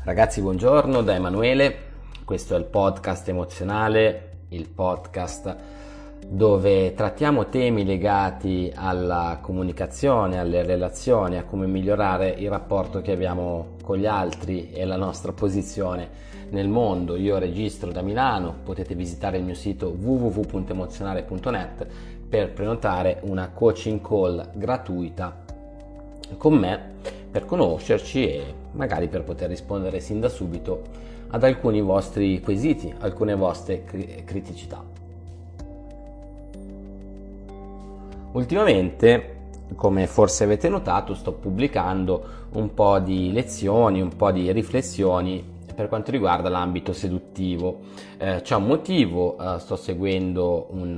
Ragazzi, buongiorno da Emanuele, questo è il podcast emozionale, il podcast dove trattiamo temi legati alla comunicazione, alle relazioni, a come migliorare il rapporto che abbiamo con gli altri e la nostra posizione nel mondo. Io registro da Milano, potete visitare il mio sito www.emozionale.net per prenotare una coaching call gratuita con me per conoscerci e magari per poter rispondere sin da subito ad alcuni vostri quesiti, alcune vostre criticità. Ultimamente, come forse avete notato, sto pubblicando un po' di lezioni, un po' di riflessioni per quanto riguarda l'ambito seduttivo. C'è un motivo, sto seguendo un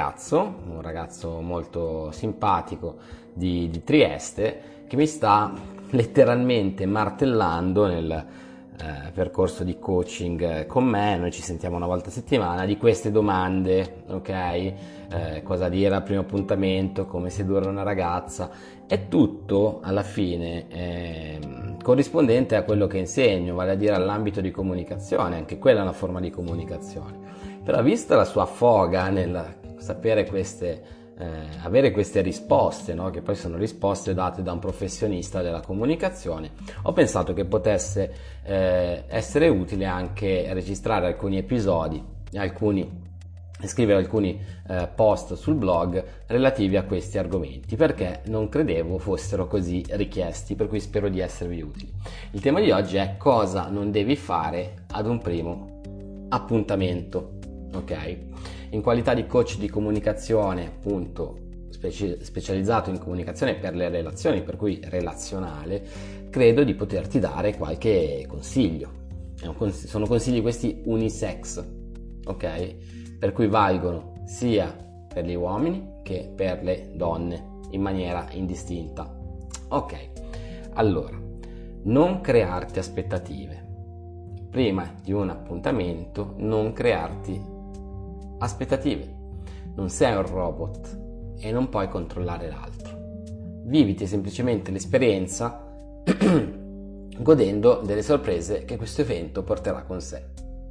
ragazzo molto simpatico di Trieste che mi sta letteralmente martellando nel percorso di coaching con me. Noi ci sentiamo una volta a settimana, di queste domande, ok? Cosa dire al primo appuntamento, come sedurre una ragazza, è tutto alla fine corrispondente a quello che insegno, vale a dire all'ambito di comunicazione. Anche quella è una forma di comunicazione, però vista la sua foga nel sapere avere queste risposte, no? Che poi sono risposte date da un professionista della comunicazione, ho pensato che potesse essere utile anche registrare alcuni episodi, scrivere alcuni post sul blog relativi a questi argomenti, perché non credevo fossero così richiesti, per cui spero di esservi utili. Il tema di oggi è cosa non devi fare ad un primo appuntamento, ok? In qualità di coach di comunicazione, appunto, specializzato in comunicazione per le relazioni, per cui relazionale, credo di poterti dare qualche consiglio. Sono consigli questi unisex, ok? Per cui valgono sia per gli uomini che per le donne in maniera indistinta. Ok, allora, non crearti aspettative. Prima di un appuntamento, non crearti aspettative. Non sei un robot e non puoi controllare l'altro. Viviti semplicemente l'esperienza godendo delle sorprese che questo evento porterà con sé.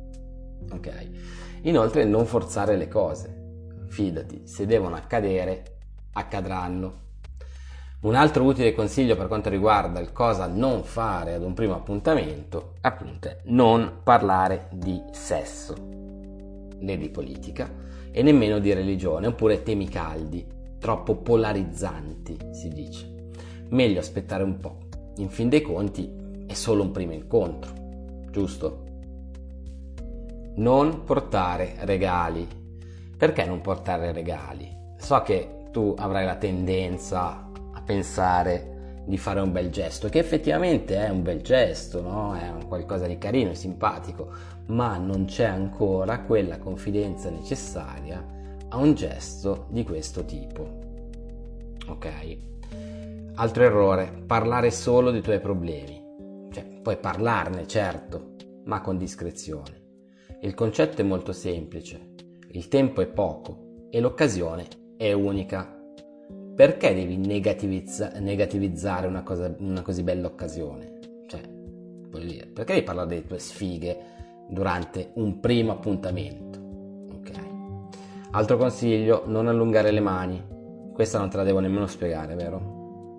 Ok? Inoltre non forzare le cose. Fidati, se devono accadere, accadranno. Un altro utile consiglio per quanto riguarda il cosa non fare ad un primo appuntamento, appunto, è non parlare di sesso, né di politica e nemmeno di religione, oppure temi caldi, troppo polarizzanti, si dice. Meglio aspettare un po'. In fin dei conti è solo un primo incontro, giusto? Non portare regali. Perché non portare regali? So che tu avrai la tendenza a pensare di fare un bel gesto, che effettivamente è un bel gesto, no? È un qualcosa di carino e simpatico, ma non c'è ancora quella confidenza necessaria a un gesto di questo tipo. Ok? Altro errore, parlare solo dei tuoi problemi. Puoi parlarne, certo, ma con discrezione. Il concetto è molto semplice, il tempo è poco e l'occasione è unica. Perché devi negativizzare una così bella occasione? Voglio dire, perché devi parlare delle tue sfighe durante un primo appuntamento? Ok. Altro consiglio, non allungare le mani. Questa non te la devo nemmeno spiegare, vero?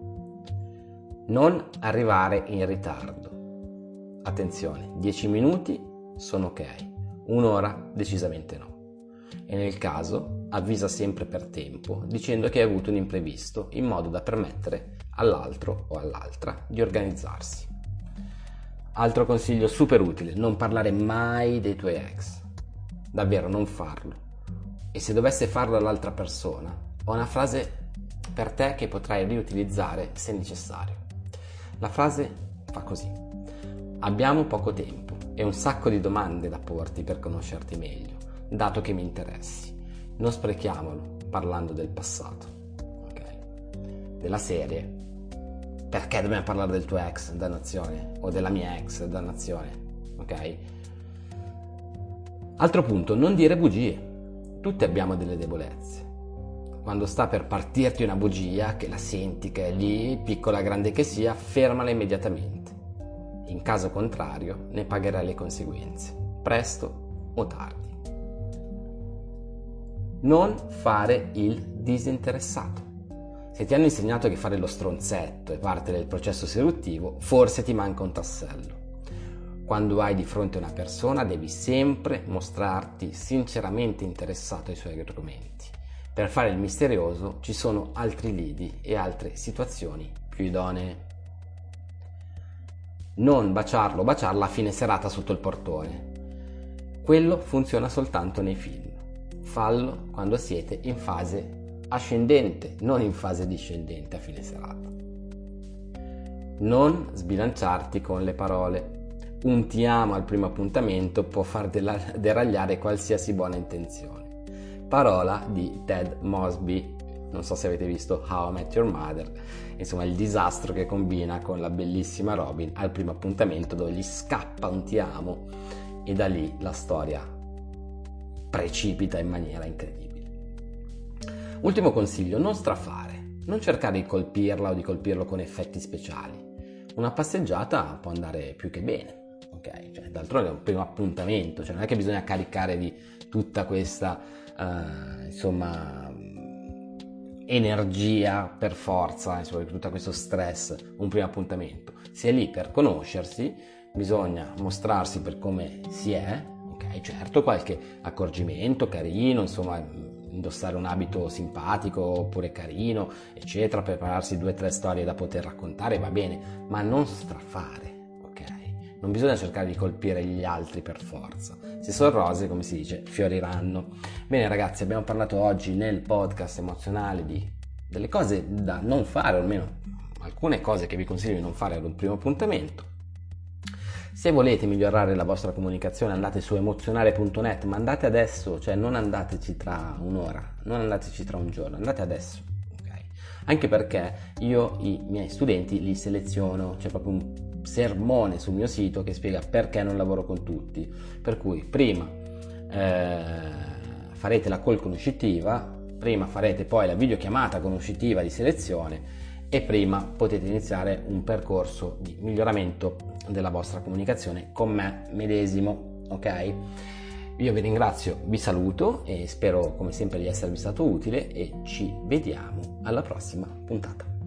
Non arrivare in ritardo. Attenzione, 10 minuti sono ok, un'ora decisamente no. E nel caso avvisa sempre per tempo dicendo che hai avuto un imprevisto, in modo da permettere all'altro o all'altra di organizzarsi. Altro consiglio super utile, non parlare mai dei tuoi ex. Davvero, non farlo. E se dovesse farlo all'altra persona, ho una frase per te che potrai riutilizzare se necessario. La frase fa così: abbiamo poco tempo e un sacco di domande da porti per conoscerti meglio, dato che mi interessi. Non sprechiamolo parlando del passato, ok? Della serie, perché dobbiamo parlare del tuo ex, dannazione, o della mia ex, dannazione, ok? Altro punto, non dire bugie. Tutti abbiamo delle debolezze. Quando sta per partirti una bugia, che la senti che è lì, piccola grande che sia, fermala immediatamente. In caso contrario, ne pagherai le conseguenze, presto o tardi. Non fare il disinteressato. Se ti hanno insegnato che fare lo stronzetto è parte del processo seduttivo, forse ti manca un tassello. Quando hai di fronte una persona devi sempre mostrarti sinceramente interessato ai suoi argomenti. Per fare il misterioso ci sono altri lidi e altre situazioni più idonee. Non baciarlo o baciarla a fine serata sotto il portone. Quello funziona soltanto nei film. Fallo quando siete in fase ascendente, non in fase discendente a fine serata. Non sbilanciarti con le parole. Un ti amo al primo appuntamento può far deragliare qualsiasi buona intenzione. Parola di Ted Mosby, non so se avete visto How I Met Your Mother, insomma il disastro che combina con la bellissima Robin al primo appuntamento dove gli scappa un ti amo e da lì la storia precipita in maniera incredibile. Ultimo consiglio, non strafare, non cercare di colpirla o di colpirlo con effetti speciali. Una passeggiata può andare più che bene, ok? Cioè, d'altronde è un primo appuntamento, cioè non è che bisogna caricare di tutta questa, energia per forza, insomma, tutto questo stress, un primo appuntamento. Si è lì per conoscersi, bisogna mostrarsi per come si è, ok? Certo, qualche accorgimento carino, insomma, indossare un abito simpatico oppure carino, eccetera, prepararsi 2 o 3 storie da poter raccontare, va bene, ma non strafare, ok? Non bisogna cercare di colpire gli altri per forza. Se sono rose, come si dice, fioriranno. Bene ragazzi, abbiamo parlato oggi nel podcast emozionale delle cose da non fare, o almeno alcune cose che vi consiglio di non fare ad un primo appuntamento. Se volete migliorare la vostra comunicazione andate su emozionale.net, ma andate adesso, cioè non andateci tra un'ora, non andateci tra un giorno, andate adesso, ok? Anche perché io i miei studenti li seleziono, c'è proprio un sermone sul mio sito che spiega perché non lavoro con tutti, per cui prima farete la call conoscitiva, prima farete poi la videochiamata conoscitiva di selezione e prima potete iniziare un percorso di miglioramento della vostra comunicazione con me medesimo, ok? Io vi ringrazio, vi saluto e spero come sempre di esservi stato utile e ci vediamo alla prossima puntata.